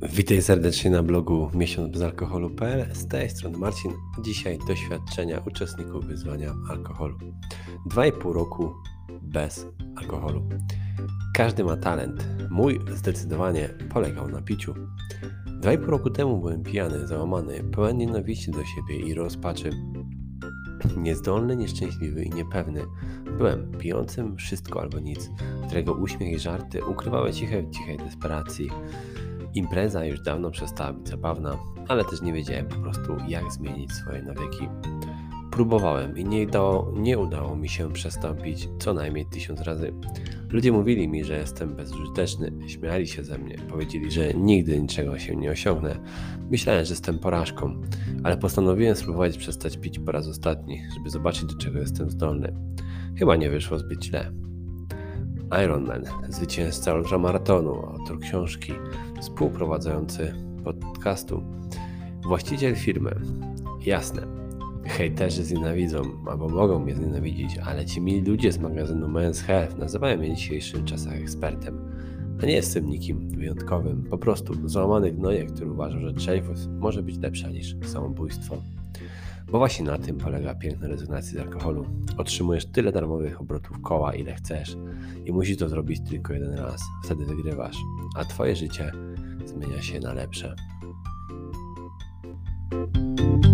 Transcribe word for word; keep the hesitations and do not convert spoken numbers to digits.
Witaj serdecznie na blogu miesiąc bez alkoholu kropka pe el. Z tej strony Marcin. Dzisiaj doświadczenia uczestników wyzwania alkoholu. Dwa i pół roku bez alkoholu. Każdy ma talent. Mój zdecydowanie polegał na piciu. Dwa i pół roku temu byłem pijany, załamany, pełen nienawiści do siebie i rozpaczy. Niezdolny, nieszczęśliwy i niepewny. Byłem pijącym wszystko albo nic, którego uśmiech i żarty ukrywały ciche w cichej desperacji. Impreza już dawno przestała być zabawna, ale też nie wiedziałem po prostu, jak zmienić swoje nawyki. Próbowałem i nie, dało, nie udało mi się przestąpić co najmniej tysiąc razy. Ludzie mówili mi, że jestem bezużyteczny, śmiali się ze mnie, powiedzieli, że nigdy niczego się nie osiągnę. Myślałem, że jestem porażką, ale postanowiłem spróbować przestać pić po raz ostatni, żeby zobaczyć, do czego jestem zdolny. Chyba nie wyszło zbyt źle. Ironman, zwycięzca ultramaratonu, autor książki, współprowadzący podcastu, właściciel firmy. Jasne, hejterzy znienawidzą albo mogą mnie znienawidzić, ale ci mili ludzie z magazynu Men's Health nazywają mnie w dzisiejszych czasach ekspertem. A nie jestem nikim wyjątkowym, po prostu załamany gnojek, który uważa, że trzeźwość może być lepsza niż samobójstwo. Bo właśnie na tym polega piękna rezygnacja z alkoholu. Otrzymujesz tyle darmowych obrotów koła, ile chcesz i musisz to zrobić tylko jeden raz. Wtedy wygrywasz, a twoje życie zmienia się na lepsze.